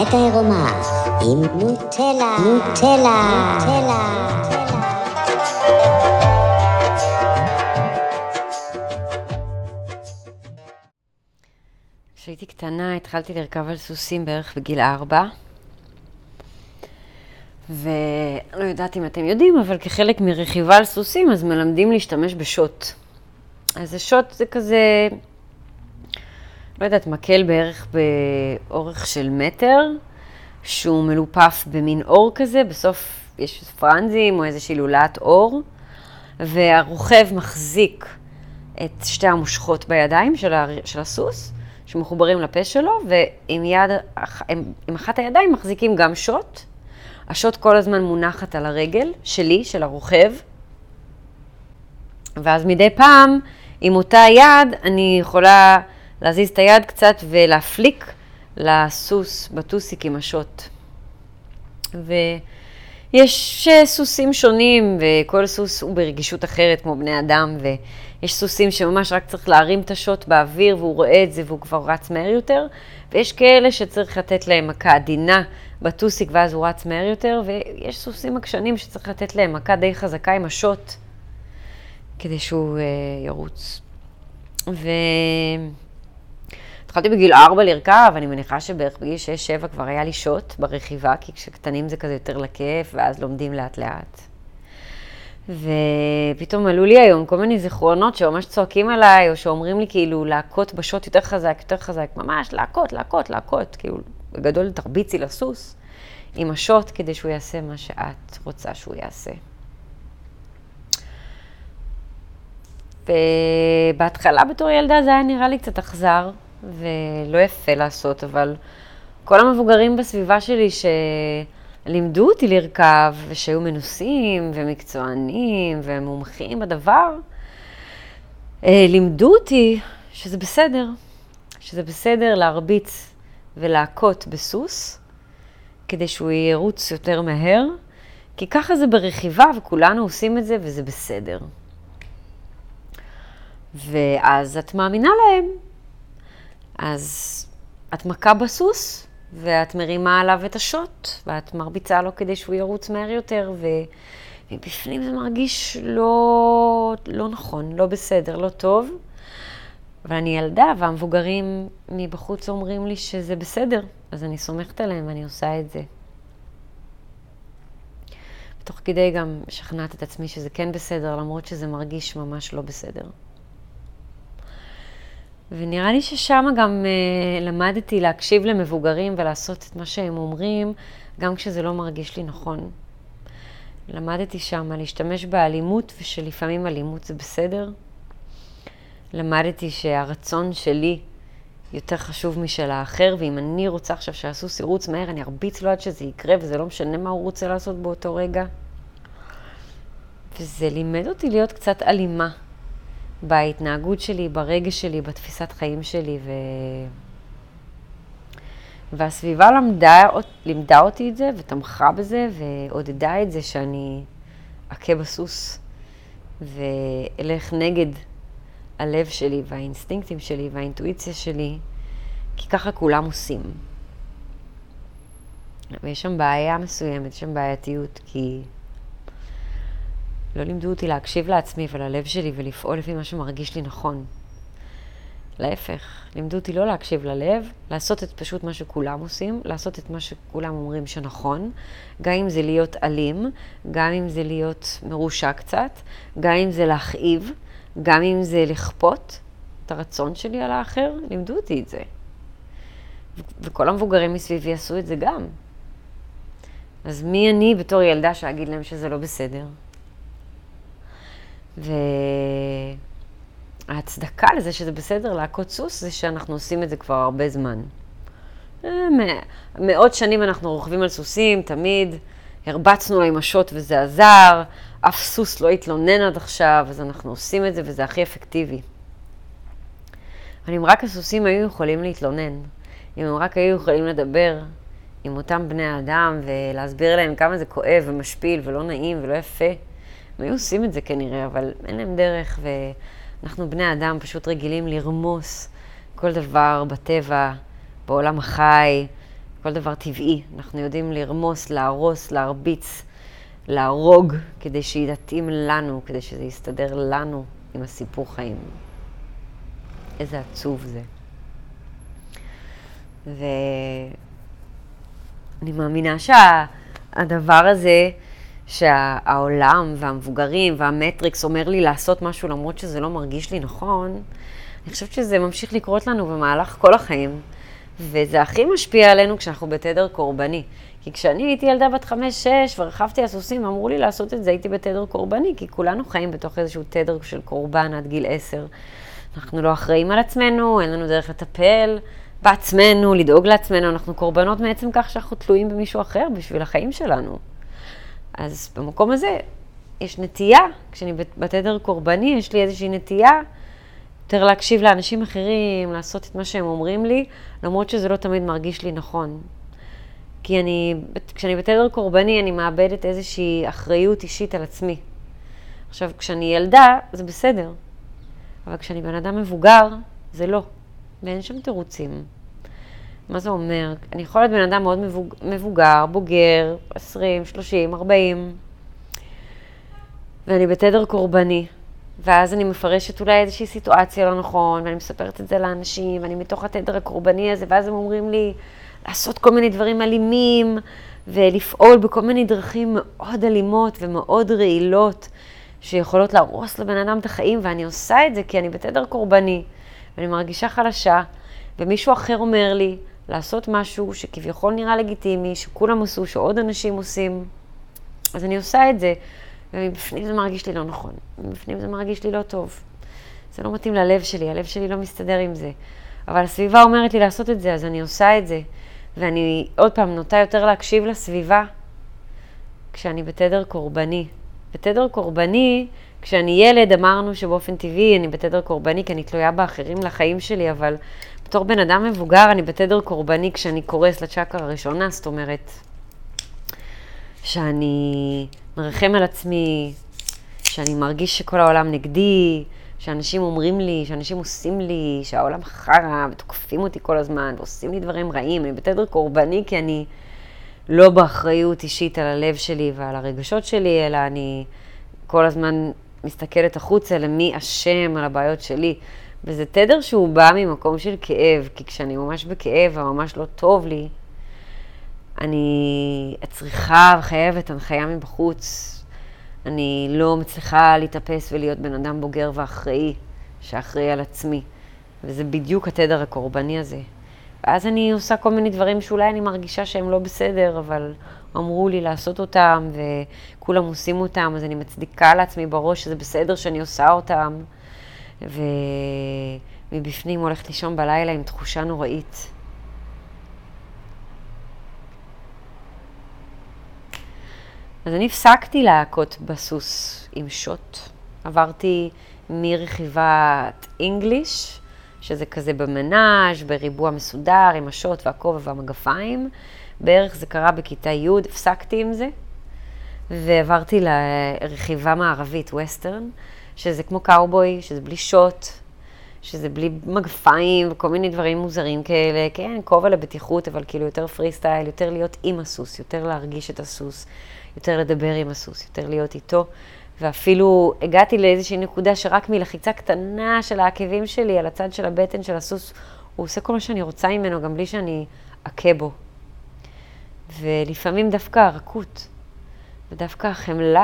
דיאטה עירומה עם נוטלה. כשהייתי קטנה התחלתי לרכב על סוסים בערך בגיל 4. ולא יודעת אם אתם יודעים, אבל כחלק מרכיבה על סוסים אז מלמדים להשתמש בשוט. אז השוט זה כזה, לא יודעת, מקל בערך באורך של מטר, שהוא מלופף במין אור כזה, בסוף יש פרנזים או איזושהי לולת אור, והרוכב מחזיק את שתי המושכות בידיים של הסוס, שמחוברים לפה שלו, ועם אחת הידיים מחזיקים גם שוט. השוט כל הזמן מונחת על הרגל שלי, של הרוכב, ואז מדי פעם, עם אותה יד, אני יכולה להזיז את היד קצת ולהפליק לסוס בטוסיק עם השוט. ויש סוסים שונים, וכל סוס הוא ברגישות אחרת כמו בני אדם, ויש סוסים שממש רק צריך להרים את השוט באוויר, והוא רואה את זה והוא כבר רץ מהר יותר, ויש כאלה שצריך לתת להם מכה עדינה בטוסיק ואז הוא רץ מהר יותר, ויש סוסים עקשנים שצריך לתת להם מכה די חזקה עם השוט, כדי שהוא ירוץ. התחלתי בגיל 4 לרכב, אני מניחה שבערך בגיל 6-7 כבר היה לי שוט ברכיבה, כי כשקטנים זה כזה יותר לכיף, ואז לומדים לאט לאט. ופתאום עלו לי היום כל מיני זיכרונות שממש צועקים עליי, או שאומרים לי כאילו להכות בשוט יותר חזק, ממש להכות, כאילו בגדול תרביצי לסוס עם השוט כדי שהוא יעשה מה שאת רוצה שהוא יעשה. ובהתחלה בתור ילדה זה היה נראה לי קצת אכזר, ולא יפה לעשות, אבל כל המבוגרים בסביבה שלי שלימדו אותי לרכב, ושהיו מנוסים ומקצוענים ומומחים בדבר, לימדו אותי שזה בסדר להרביץ ולהכות בסוס, כדי שהוא ירוץ יותר מהר, כי ככה זה ברכיבה וכולנו עושים את זה וזה בסדר. ואז את מאמינה להם. אז את מכה בסוס, ואת מרימה עליו את השוט, ואת מרביצה לו כדי שהוא ירוץ מהר יותר, ובפנים זה מרגיש לא נכון, לא בסדר, לא טוב. אבל אני ילדה, והמבוגרים מבחוץ אומרים לי שזה בסדר, אז אני סומכת עליהם ואני עושה את זה. בתוך כדי גם שכנעת את עצמי שזה כן בסדר, למרות שזה מרגיש ממש לא בסדר. ונראה לי ששם גם למדתי להקשיב למבוגרים ולעשות את מה שהם אומרים, גם כשזה לא מרגיש לי נכון. למדתי שם להשתמש באלימות, ושלפעמים אלימות זה בסדר. למדתי שהרצון שלי יותר חשוב משל האחר, ואם אני רוצה עכשיו שהסוס ירוץ מהר, אני ארביץ לו עד שזה יקרה, וזה לא משנה מה הוא רוצה לעשות באותו רגע. וזה לימד אותי להיות קצת אלימה. בהתנהגות שלי, ברגש שלי, בתפיסת חיים שלי, והסביבה לימדה אותי את זה ותמכה בזה ועודדה את זה שאני אכה בסוס ואלך נגד הלב שלי והאינסטינקטים שלי והאינטואיציה שלי, כי ככה כולם עושים. ויש שם בעיה מסוימת, יש שם בעייתיות, כי לא לימדו אותי להקשיב לעצמי וללב שלי ולפעול לפי מה שמרגיש לי נכון. להפך, לימדו אותי לא להקשיב ללב, לעשות את פשוט מה שכולם עושים, לעשות את מה שכולם אומרים שנכון, גם אם זה להיות אלים, גם אם זה להיות מרושע קצת, גם אם זה להכאיב, גם אם זה לכפות את הרצון שלי על האחר, לימדו אותי את זה. וכל המבוגרים מסביבי עשו את זה גם. אז מי אני בתור ילדה שאגיד להם שזה לא בסדר? וההצדקה לזה שזה בסדר להכות סוס זה שאנחנו עושים את זה כבר הרבה זמן. מאות שנים אנחנו רוכבים על סוסים, תמיד הרבצנו עם השוט וזה עזר, אף סוס לא התלונן עד עכשיו, אז אנחנו עושים את זה וזה הכי אפקטיבי. אבל אם רק הסוסים היו יכולים להתלונן, אם הם רק היו יכולים לדבר עם אותם בני האדם ולהסביר להם כמה זה כואב ומשפיל ולא נעים ולא יפה, הם היו עושים את זה כנראה, אבל אין להם דרך, ואנחנו בני אדם פשוט רגילים לרמוס כל דבר בטבע, בעולם החי, כל דבר טבעי. אנחנו יודעים לרמוס, להרוס, להרביץ, להרוג, כדי שיתאים לנו, כדי שזה יסתדר לנו עם הסיפור חיים. איזה עצוב זה. ואני מאמינה שהדבר הזה, שהעולם והמבוגרים והמטריקס אומר לי לעשות משהו למרות שזה לא מרגיש לי נכון, אני חושבת שזה ממשיך לקרות לנו במהלך כל החיים. וזה הכי משפיע עלינו כשאנחנו בתדר קורבני. כי כשאני הייתי ילדה בת 5-6 ורכבתי על סוסים, אמרו לי לעשות את זה, הייתי בתדר קורבני, כי כולנו חיים בתוך איזשהו תדר של קורבן עד גיל 10. אנחנו לא אחראים על עצמנו, אין לנו דרך לטפל בעצמנו, לדאוג לעצמנו, אנחנו קורבנות מעצם כך שאנחנו תלויים במישהו אחר בשביל החיים שלנו. אז במקום הזה יש נטייה, כשאני בתדר קורבני, יש לי איזושהי נטייה, יותר להקשיב לאנשים אחרים, לעשות את מה שהם אומרים לי, למרות שזה לא תמיד מרגיש לי נכון. כי כשאני בתדר קורבני, אני מאבדת איזושהי אחריות אישית על עצמי. עכשיו, כשאני ילדה, זה בסדר. אבל כשאני בן אדם מבוגר, זה לא. ואין שם תירוצים. מה זה אומר? אני יכולה להיות בן אדם מאוד מבוגר, בוגר, 20, 30, 40, ואני בתדר קורבני. ואז אני מפרשת אולי איזושהי סיטואציה לא נכון, ואני מספרת את זה לאנשים, ואני מתוך התדר הקורבני הזה, ואז הם אומרים לי לעשות כל מיני דברים אלימים, ולפעול בכל מיני דרכים מאוד אלימות ומאוד רעילות, שיכולות להרוס לבן אדם את החיים, ואני עושה את זה כי אני בתדר קורבני, ואני מרגישה חלשה, ומישהו אחר אומר לי לעשות משהו שכביכול נראה לגיטימי, שכולם עשו, שעוד אנשים עושים, אז אני עושה את זה, ומבפנים זה מרגיש לי לא נכון, מבפנים זה מרגיש לי לא טוב. זה לא מתאים ללב שלי, הלב שלי לא מסתדר עם זה. אבל הסביבה אומרת לי לעשות את זה, אז אני עושה את זה. ואני עוד פעם נוטה יותר להקשיב לסביבה, כשאני בתדר קורבני. בתדר קורבני, כשאני ילד אמרנו שבאופן טבעי אני בתדר קורבני, כי אני תלויה באחרים לחיים שלי, אבל בתור בן אדם מבוגר אני בתדר קורבני כשאני קורס לצ'קרה הראשונה, זאת אומרת, שאני מרחם על עצמי, שאני מרגיש שכל העולם נגדי, שאנשים אומרים לי, שאנשים עושים לי, שהעולם חרא ותוקפים אותי כל הזמן ועושים לי דברים רעים. אני בתדר קורבני כי אני לא באחריות אישית על הלב שלי ועל הרגשות שלי, אלא אני כל הזמן מסתכלת החוצה למי אשם על הבעיות שלי. וזה תדר שהוא בא ממקום של כאב, כי כשאני ממש בכאב וממש לא טוב לי, אני צריכה וחייבת הנחיה מבחוץ. אני לא מצליחה להתאפס ולהיות בן אדם בוגר ואחראי, שאחראי על עצמי. וזה בדיוק התדר הקורבני הזה. ואז אני עושה כל מיני דברים שאולי אני מרגישה שהם לא בסדר, אבל אמרו לי לעשות אותם וכולם עושים אותם, אז אני מצדיקה לעצמי בראש שזה בסדר שאני עושה אותם. ומבפנים הולכת לישון בלילה עם תחושה נוראית. אז אני הפסקתי להכות בסוס עם שוט. עברתי מרכיבת אנגליש, שזה כזה במנאז' בריבוע מסודר עם השוט והכובע והמגפיים. בערך זה קרה בכיתה י', הפסקתי עם זה. ועברתי לרכיבה מערבית, ווסטרן, שזה כמו קאובוי, שזה בלי שוט, שזה בלי מגפיים וכל מיני דברים מוזרים כאלה. כן, כובע לבטיחות, אבל כאילו יותר פרי סטייל, יותר להיות עם הסוס, יותר להרגיש את הסוס. יותר לדבר עם הסוס, יותר להיות איתו, ואפילו הגעתי לאיזושהי נקודה שרק מלחיצה קטנה של העקבים שלי על הצד של הבטן של הסוס, הוא עושה כל מה שאני רוצה ממנו, גם בלי שאני אכה בו. ולפעמים דווקא הרכות, ודווקא החמלה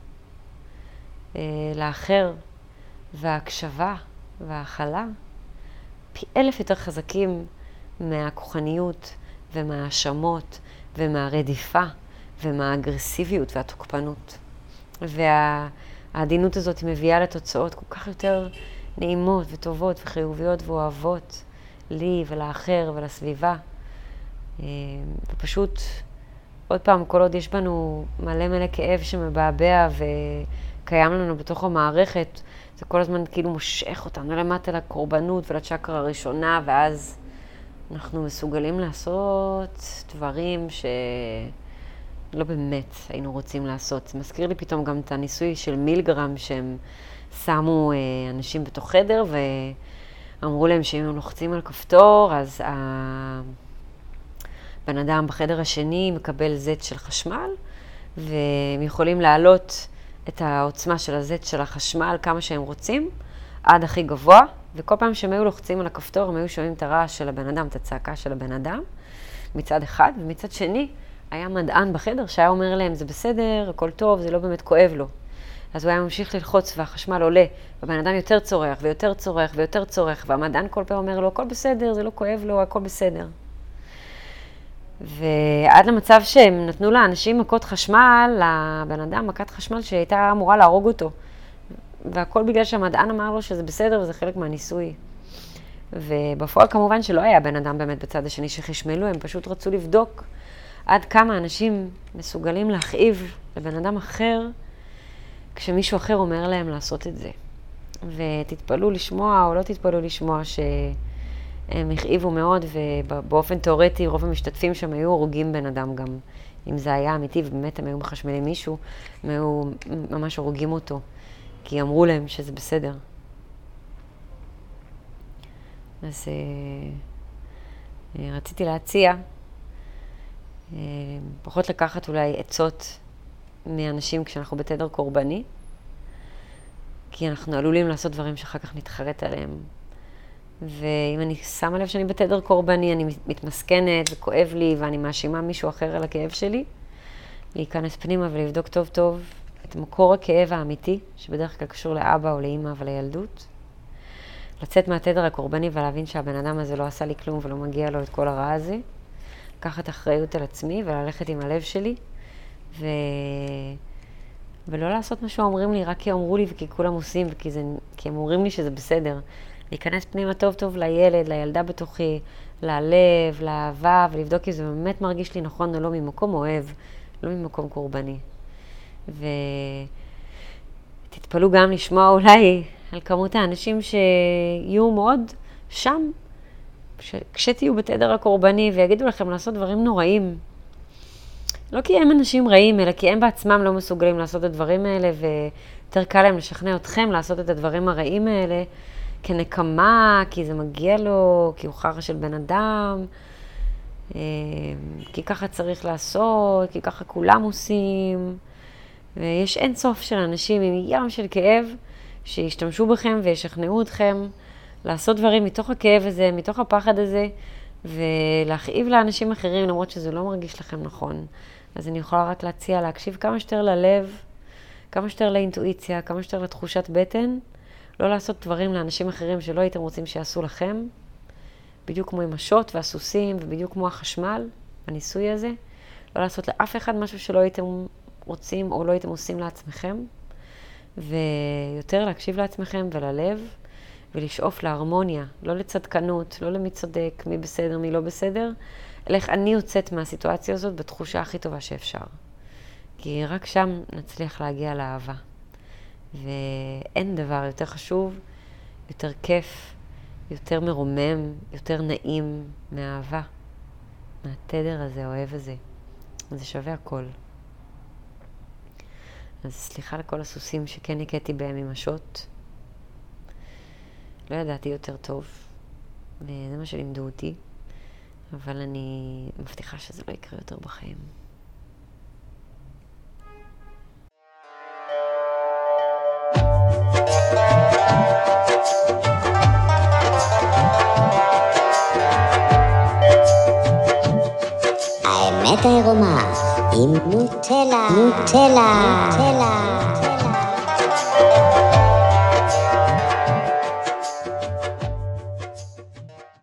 לאחר, וההקשבה וההכלה, פי 1000 יותר חזקים מהכוחניות ומהאשמות ומהרדיפה. ומהאגרסיביות והתוקפנות. והעדינות הזאת מביאה לתוצאות כל כך יותר נעימות וטובות וחיוביות ואוהבות לי ולאחר ולסביבה. ופשוט, עוד פעם, כל עוד יש בנו מלא כאב שמבעבע וקיים לנו בתוך המערכת, זה כל הזמן כאילו מושך אותנו למטה לקורבנות ולצ'קרה הראשונה, ואז אנחנו מסוגלים לעשות דברים לא באמת היינו רוצים לעשות. זה מזכיר לי פתאום גם את הניסוי של מילגרם, שהם שמו אנשים בתוך חדר ואמרו להם שאם הם לוחצים על כפתור, אז בן אדם בחדר השני מקבל זט של חשמל, והם יכולים להעלות את העוצמה של הזט של החשמל כמה שהם רוצים, עד הכי גבוה, וכל פעם שהם היו לוחצים על הכפתור, הם היו שומעים את הרעש של הבן אדם, את הצעקה של הבן אדם, מצד אחד, ומצד שני, היה מדען בחדר שהיה אומר להם, זה בסדר, הכל טוב, זה לא באמת כואב לו. אז הוא היה ממשיך ללחוץ והחשמל עולה, והבן אדם יותר צורח ויותר צורח ויותר צורח, והמדען כל פעם אומר לו, הכל בסדר, זה לא כואב לו, הכל בסדר. ועד למצב שהם נתנו לאנשים מכות חשמל, לבן אדם מכת חשמל שהייתה אמורה להרוג אותו. והכל בגלל שהמדען אמר לו שזה בסדר וזה חלק מהניסוי. ובפועל כמובן שלא היה בן אדם באמת בצד השני שחשמלו, הם פשוט רצו לבדוק עד כמה אנשים מסוגלים להכאיב לבן אדם אחר, כשמישהו אחר אומר להם לעשות את זה. ותתפלאו לשמוע או לא תתפלאו לשמוע שהם הכאיבו מאוד, ובאופן תיאורטי רוב המשתתפים שם היו הורגים בן אדם גם. אם זה היה אמיתי ובאמת הם היו מחשמלים מישהו, הם היו ממש הורגים אותו, כי אמרו להם שזה בסדר. אז רציתי להציע, פחות לקחת אולי עצות מאנשים כשאנחנו בתדר קורבני, כי אנחנו עלולים לעשות דברים שאחר כך נתחרט עליהם. ואם אני שמה לב שאני בתדר קורבני, אני מתמסכנת וכואב לי ואני מאשימה מישהו אחר על הכאב שלי, להיכנס פנימה ולבדוק טוב טוב את מקור הכאב האמיתי, שבדרך כלל קשור לאבא או לאמא ולילדות. לצאת מהתדר הקורבני ולהבין שהבן אדם הזה לא עשה לי כלום ולא מגיע לו את כל הרע הזה. לקחת אחריות על עצמי וללכת עם הלב שלי, ולא לעשות מה שאומרים לי רק כי אמרו לי וכי כולם עושים כי הם אומרים לי שזה בסדר. להיכנס פנימה טוב טוב לילד, לילדה בתוכי, ללב, לאהבה, ולבדוק אם זה באמת מרגיש לי נכון או לא ממקום אוהב, לא ממקום קורבני. ותתפלו גם לשמוע אולי על כמות האנשים שיהיו מאוד שם, כשתהיו בתדר הקורבני ויגידו לכם לעשות דברים נוראים. לא כי הם אנשים רעים, אלא כי הם בעצמם לא מסוגלים לעשות את הדברים האלה, ויותר קל להם לשכנע אתכם לעשות את הדברים הרעים האלה כנקמה, כי זה מגיע לו, כי הוא חרא של בן אדם, כי ככה צריך לעשות, כי ככה כולם עושים. ויש אין סוף של אנשים עם ים של כאב שישתמשו בכם וישכנעו אתכם לעשות דברים מתוך הכאב הזה, מתוך הפחד הזה, ולהכאיב לאנשים אחרים למרות שזה לא מרגיש לכם נכון. אז אני יכולה רק להציע להקשיב כמה שיותר ללב, כמה שיותר לאינטואיציה, כמה שיותר לתחושת בטן, לא לעשות דברים לאנשים אחרים שלא הייתם רוצים שיעשו לכם, בדיוק כמו עם השוט והסוסים ובדיוק כמו החשמל, הניסוי הזה, לא לעשות לאף אחד משהו שלא הייתם רוצים או לא הייתם עושים לעצמכם, ויותר להקשיב לעצמכם וללב, ולשאוף להרמוניה, לא לצדקנות, לא למי צודק, מי בסדר, מי לא בסדר, אלא איך אני יוצאת מהסיטואציה הזאת בתחושה הכי טובה שאפשר. כי רק שם נצליח להגיע לאהבה. ואין דבר יותר חשוב, יותר כיף, יותר מרומם, יותר נעים מהאהבה, מהתדר הזה, האוהב הזה. זה שווה הכל. אז סליחה לכל הסוסים שכן ניקאתי בהם עם השוט. לא ידעתי יותר טוב, וזה מה שלימדו אותי, אבל אני מבטיחה שזה לא יקרה יותר בחיים. האמת העירומה עם נוטלה, נוטלה, נוטלה.